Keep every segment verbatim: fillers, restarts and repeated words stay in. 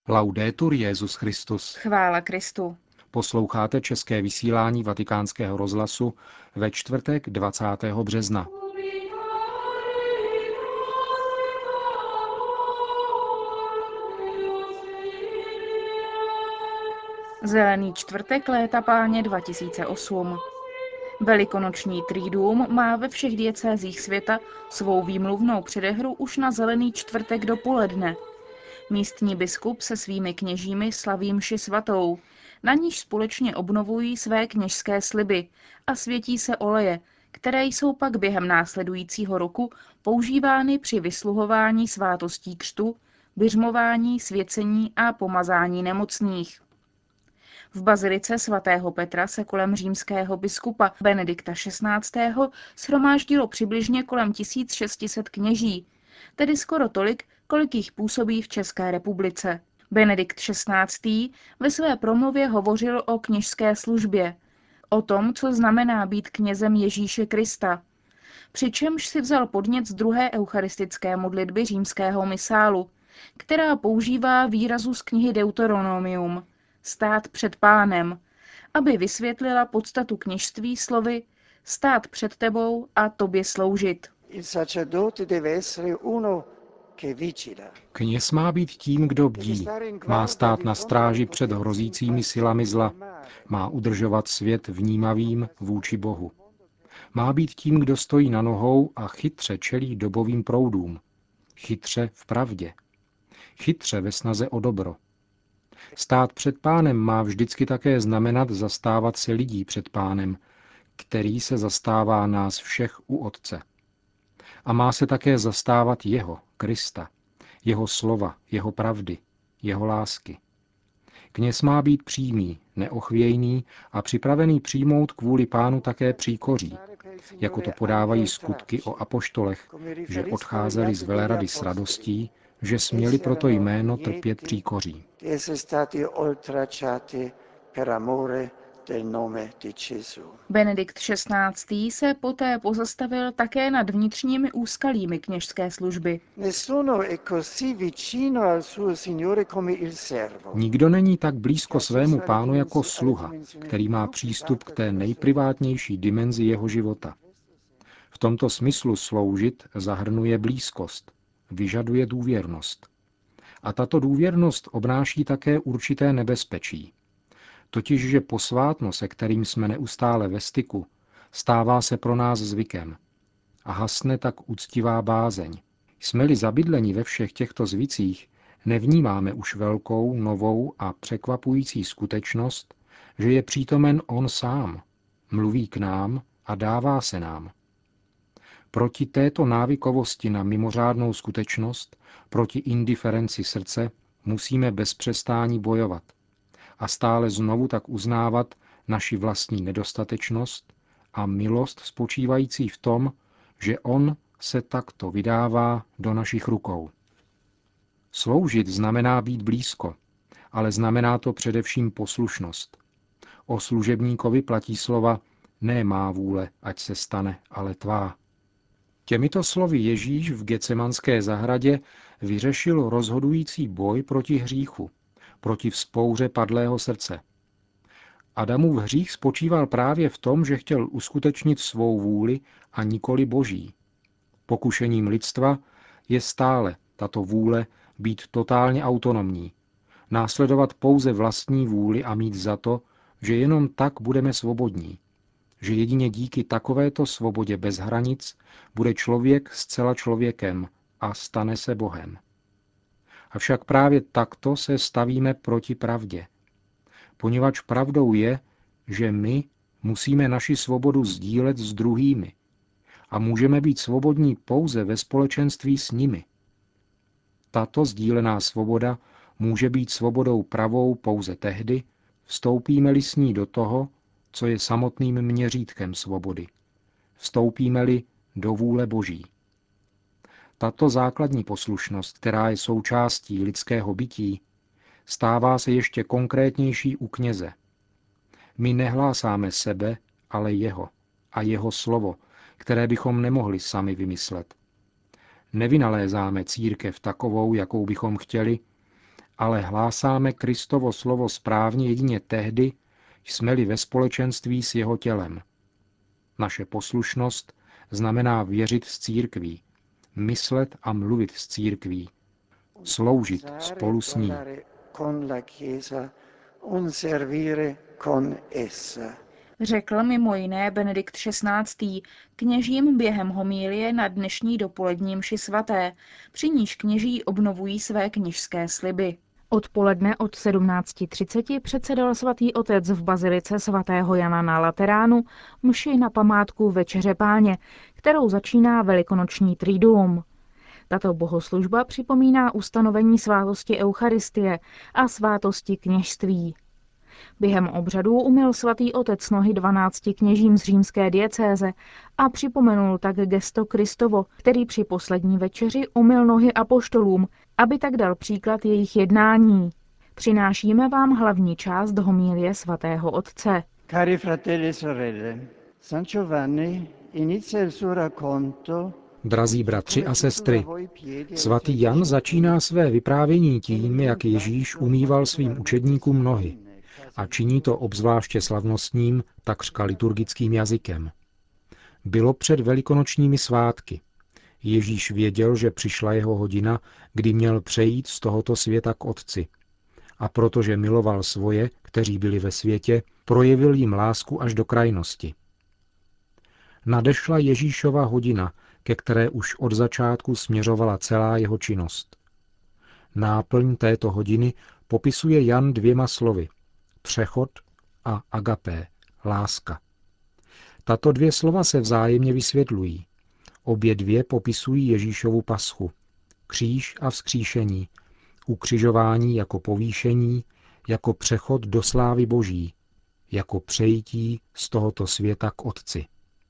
Laudetur Jesus Christus. Chvála Kristu. Posloucháte české vysílání Vatikánského rozhlasu ve čtvrtek dvacátého března. Zelený čtvrtek léta páně dva tisíce osm. Velikonoční triduum má ve všech diecézích světa svou výmluvnou předehru už na Zelený čtvrtek dopoledne. Místní biskup se svými kněžími slaví mši svatou, na níž společně obnovují své kněžské sliby a světí se oleje, které jsou pak během následujícího roku používány při vysluhování svátostí křtu, biřmování, svěcení a pomazání nemocných. V bazilice svatého Petra se kolem římského biskupa Benedikta šestnáctého shromáždilo přibližně kolem tisíc šest set kněží, tedy skoro tolik, kolik jich působí v České republice. Benedikt šestnáctý ve své promluvě hovořil o kněžské službě, o tom, co znamená být knězem Ježíše Krista, přičemž si vzal podnět z druhé eucharistické modlitby římského misálu, která používá výrazu z knihy Deuteronomium, stát před Pánem, aby vysvětlila podstatu kněžství slovy stát před tebou a tobě sloužit. Kněz má být tím, kdo bdí, má stát na stráži před hrozícími silami zla, má udržovat svět vnímavým vůči Bohu. Má být tím, kdo stojí na nohou a chytře čelí dobovým proudům. Chytře v pravdě. Chytře ve snaze o dobro. Stát před Pánem má vždycky také znamenat zastávat se lidí před Pánem, který se zastává nás všech u Otce. A má se také zastávat jeho, Krista, jeho slova, jeho pravdy, jeho lásky. Kněz má být přímý, neochvějný a připravený přijmout kvůli Pánu také příkoří, jako to podávají skutky o apoštolech, že odcházeli z velerady s radostí, že směli proto jméno trpět příkoří. Benedikt šestnáctý se poté pozastavil také nad vnitřními úskalími kněžské služby. Nikdo není tak blízko svému Pánu jako sluha, který má přístup k té nejprivátnější dimenzi jeho života. V tomto smyslu sloužit zahrnuje blízkost, vyžaduje důvěrnost. A tato důvěrnost obnáší také určité nebezpečí. Totiž, že posvátno, se kterým jsme neustále ve styku, stává se pro nás zvykem. A hasne tak úctivá bázeň. Jsme-li zabydleni ve všech těchto zvicích, nevnímáme už velkou, novou a překvapující skutečnost, že je přítomen on sám, mluví k nám a dává se nám. Proti této návykovosti na mimořádnou skutečnost, proti indiferenci srdce, musíme bez přestání bojovat a stále znovu tak uznávat naši vlastní nedostatečnost a milost spočívající v tom, že on se takto vydává do našich rukou. Sloužit znamená být blízko, ale znamená to především poslušnost. O služebníkovi platí slova ne má vůle, ať se stane, ale tvá. Těmito slovy Ježíš v Getsemanské zahradě vyřešil rozhodující boj proti hříchu, proti vzpouře padlého srdce. Adamův hřích spočíval právě v tom, že chtěl uskutečnit svou vůli a nikoli Boží. Pokušením lidstva je stále tato vůle být totálně autonomní, následovat pouze vlastní vůli a mít za to, že jenom tak budeme svobodní, že jedině díky takovéto svobodě bez hranic bude člověk zcela člověkem a stane se Bohem. Avšak právě takto se stavíme proti pravdě, poněvadž pravdou je, že my musíme naši svobodu sdílet s druhými a můžeme být svobodní pouze ve společenství s nimi. Tato sdílená svoboda může být svobodou pravou pouze tehdy, vstoupíme-li s ní do toho, co je samotným měřítkem svobody. Vstoupíme-li do vůle Boží. Tato základní poslušnost, která je součástí lidského bytí, stává se ještě konkrétnější u kněze. My nehlásáme sebe, ale jeho a jeho slovo, které bychom nemohli sami vymyslet. Nevynalézáme církev takovou, jakou bychom chtěli, ale hlásáme Kristovo slovo správně jedině tehdy, jsme-li ve společenství s jeho tělem. Naše poslušnost znamená věřit s církví, myslet a mluvit s církví, sloužit spolu s ní. Řekl mimo jiné Benedikt šestnáctý. kněžím během homilie na dnešní dopolední mši svaté, při níž kněží obnovují své kněžské sliby. Odpoledne od sedmnáct třicet předsedal svatý otec v bazilice svatého Jana na Lateránu mši na památku Večeře Páně, kterou začíná velikonoční triduum. Tato bohoslužba připomíná ustanovení svátosti Eucharistie a svátosti kněžství. Během obřadů umyl svatý otec nohy dvanácti kněžím z římské diecéze a připomenul tak gesto Kristovo, který při poslední večeři umyl nohy apoštolům, aby tak dal příklad jejich jednání. Přinášíme vám hlavní část homilie svatého otce. Cari fratelli e sorelle, San Giovanni inizia il suo racconto. Drazí bratři a sestry, svatý Jan začíná své vyprávění tím, jak Ježíš umýval svým učedníkům nohy. A činí to obzvláště slavnostním, takřka liturgickým jazykem. Bylo před velikonočními svátky. Ježíš věděl, že přišla jeho hodina, kdy měl přejít z tohoto světa k Otci. A protože miloval svoje, kteří byli ve světě, projevil jim lásku až do krajnosti. Nadešla Ježíšova hodina, ke které už od začátku směřovala celá jeho činnost. Náplň této hodiny popisuje Jan dvěma slovy: přechod a agapé, láska. Tato dvě slova se vzájemně vysvětlují. Obě dvě popisují Ježíšovu paschu, kříž a vzkříšení, ukřižování jako povýšení, jako přechod do slávy Boží, jako přejítí z tohoto světa k Otci.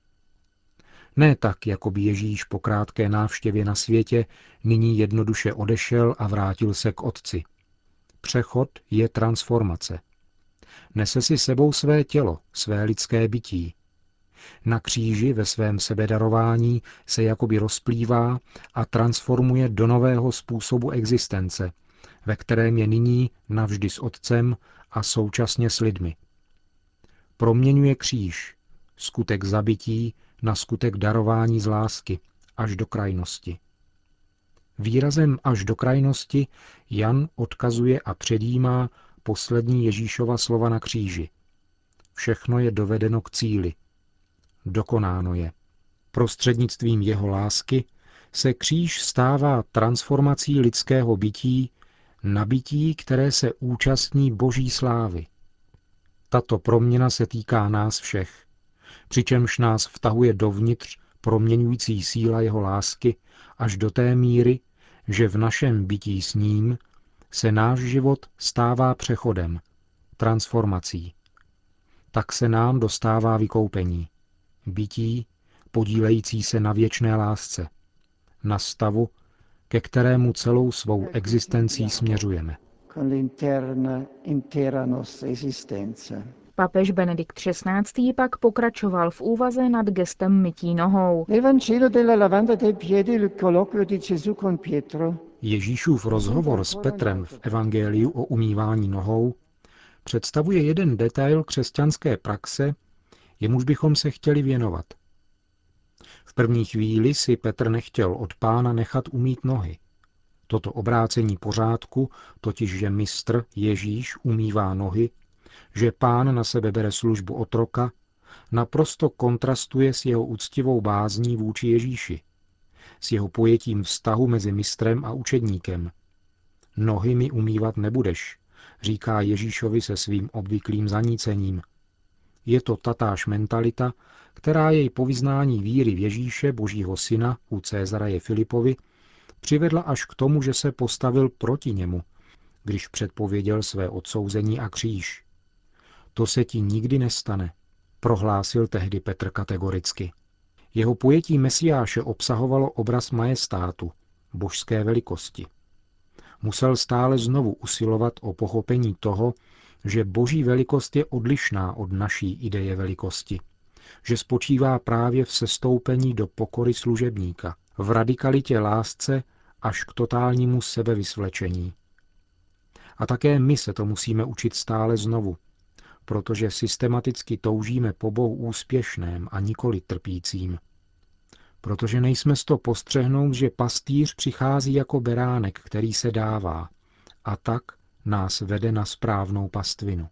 Ne tak, jako by Ježíš po krátké návštěvě na světě nyní jednoduše odešel a vrátil se k Otci. Přechod je transformace. Nese si sebou své tělo, své lidské bytí. Na kříži ve svém sebedarování se jakoby rozplývá a transformuje do nového způsobu existence, ve kterém je nyní navždy s Otcem a současně s lidmi. Proměňuje kříž, skutek zabití, na skutek darování z lásky, až do krajnosti. Výrazem až do krajnosti Jan odkazuje a předjímá poslední Ježíšova slova na kříži. Všechno je dovedeno k cíli. Dokonáno je. Prostřednictvím jeho lásky se kříž stává transformací lidského bytí na bytí, které se účastní Boží slávy. Tato proměna se týká nás všech, přičemž nás vtahuje dovnitř proměňující síla jeho lásky až do té míry, že v našem bytí s ním se náš život stává přechodem, transformací. Tak se nám dostává vykoupení, bytí podílející se na věčné lásce, na stavu, ke kterému celou svou existencí směřujeme. Papež Benedikt šestnáctý pak pokračoval v úvaze nad gestem mytí nohou. Ježíšův rozhovor s Petrem v evangeliu o umývání nohou představuje jeden detail křesťanské praxe, jemuž bychom se chtěli věnovat. V první chvíli si Petr nechtěl od Pána nechat umýt nohy. Toto obrácení pořádku, totiž že mistr Ježíš umývá nohy, že Pán na sebe bere službu otroka, naprosto kontrastuje s jeho úctivou bázní vůči Ježíši, s jeho pojetím vztahu mezi mistrem a učedníkem. Nohy mi umývat nebudeš, říká Ježíšovi se svým obvyklým zanícením. Je to tatáž mentalita, která jej po vyznání víry v Ježíše, Božího syna, u Césareje Filipovi, přivedla až k tomu, že se postavil proti němu, když předpověděl své odsouzení a kříž. To se ti nikdy nestane, prohlásil tehdy Petr kategoricky. Jeho pojetí Mesiáše obsahovalo obraz majestátu, božské velikosti. Musel stále znovu usilovat o pochopení toho, že boží velikost je odlišná od naší ideje velikosti, že spočívá právě v sestoupení do pokory služebníka, v radikalitě lásce až k totálnímu sebevysvlečení. A také my se to musíme učit stále znovu, protože systematicky toužíme po Bohu úspěšném a nikoli trpícím. Protože nejsme z toho postřehnout, že pastýř přichází jako beránek, který se dává, a tak nás vede na správnou pastvinu.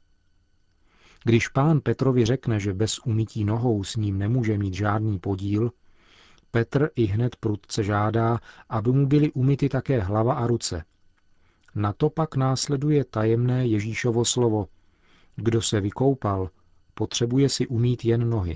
Když Pán Petrovi řekne, že bez umytí nohou s ním nemůže mít žádný podíl, Petr i hned prudce žádá, aby mu byly umyty také hlava a ruce. Na to pak následuje tajemné Ježíšovo slovo: kdo se vykoupal, potřebuje si umýt jen nohy.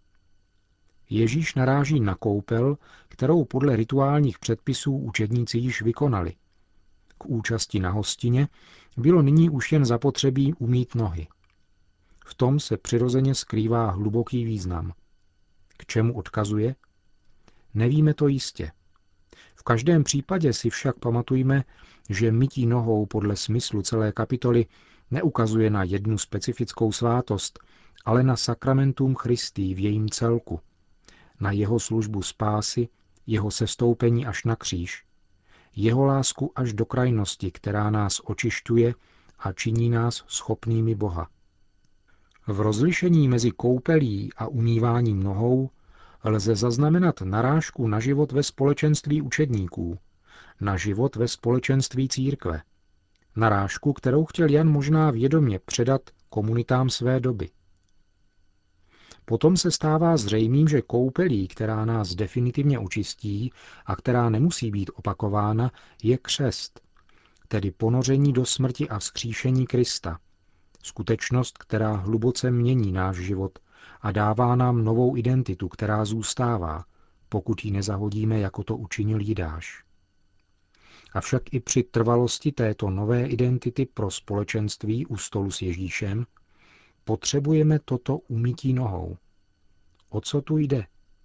Ježíš naráží na koupel, kterou podle rituálních předpisů učedníci již vykonali. K účasti na hostině bylo nyní už jen zapotřebí umýt nohy. V tom se přirozeně skrývá hluboký význam. K čemu odkazuje? Nevíme to jistě. V každém případě si však pamatujme, že mytí nohou podle smyslu celé kapitoly neukazuje na jednu specifickou svátost, ale na sakramentum Christi v jejím celku, na jeho službu spásy, jeho sestoupení až na kříž, jeho lásku až do krajnosti, která nás očišťuje a činí nás schopnými Boha. V rozlišení mezi koupelí a umýváním nohou lze zaznamenat narážku na život ve společenství učedníků, na život ve společenství církve, narážku, kterou chtěl Jan možná vědomě předat komunitám své doby. Potom se stává zřejmým, že koupelí, která nás definitivně očistí a která nemusí být opakována, je křest, tedy ponoření do smrti a vzkříšení Krista, skutečnost, která hluboce mění náš život a dává nám novou identitu, která zůstává, pokud ji nezahodíme, jako to učinil Jidáš. Avšak i při trvalosti této nové identity pro společenství u stolu s Ježíšem potřebujeme toto umytí nohou. O co tu jde?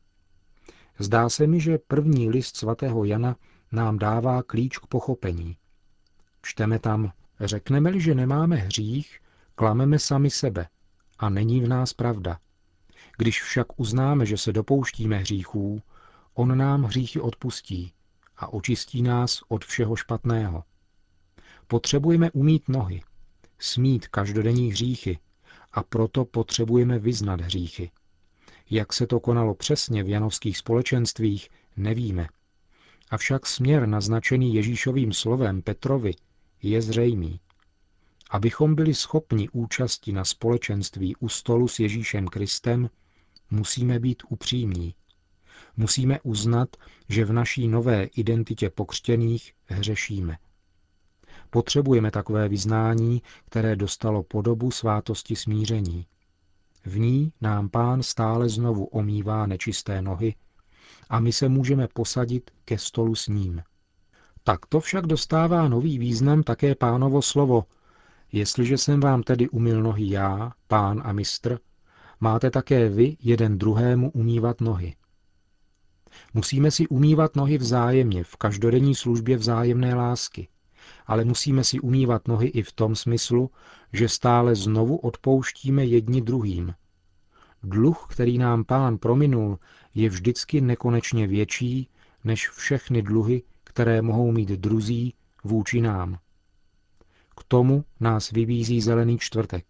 Zdá se mi, že první list svatého Jana nám dává klíč k pochopení. Čteme tam: řekneme-li, že nemáme hřích, klameme sami sebe a není v nás pravda. Když však uznáme, že se dopouštíme hříchů, on nám hříchy odpustí a očistí nás od všeho špatného. Potřebujeme umýt nohy, smít každodenní hříchy a proto potřebujeme vyznat hříchy. Jak se to konalo přesně v janovských společenstvích, nevíme. Avšak směr naznačený Ježíšovým slovem Petrovi je zřejmý. Abychom byli schopni účasti na společenství u stolu s Ježíšem Kristem, musíme být upřímní. Musíme uznat, že v naší nové identitě pokřtěných hřešíme. Potřebujeme takové vyznání, které dostalo podobu svátosti smíření. V ní nám Pán stále znovu omývá nečisté nohy a my se můžeme posadit ke stolu s ním. Takto však dostává nový význam také Pánovo slovo: jestliže jsem vám tedy umyl nohy já, Pán a mistr, máte také vy jeden druhému umývat nohy. Musíme si umývat nohy vzájemně, v každodenní službě vzájemné lásky, ale musíme si umývat nohy i v tom smyslu, že stále znovu odpouštíme jedni druhým. Dluh, který nám Pán prominul, je vždycky nekonečně větší než všechny dluhy, které mohou mít druzí vůči nám. K tomu nás vybízí Zelený čtvrtek.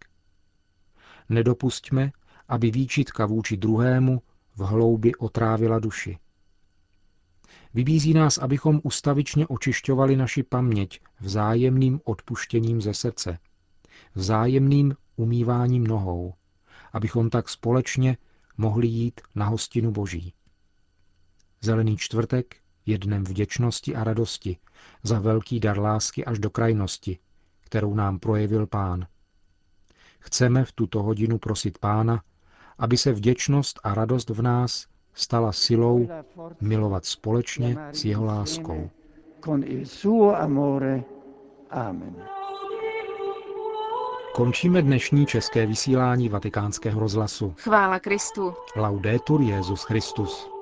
Nedopusťme, aby výčitka vůči druhému v hloubi otrávila duši. Vybízí nás, abychom ustavičně očišťovali naši paměť vzájemným odpuštěním ze srdce, vzájemným umýváním nohou, abychom tak společně mohli jít na hostinu Boží. Zelený čtvrtek je dnem vděčnosti a radosti za velký dar lásky až do krajnosti, kterou nám projevil Pán. Chceme v tuto hodinu prosit Pána, aby se vděčnost a radost v nás stala silou milovat společně s jeho láskou. Končíme dnešní české vysílání Vatikánského rozhlasu. Chvála Kristu. Laudetur Jesus Christus.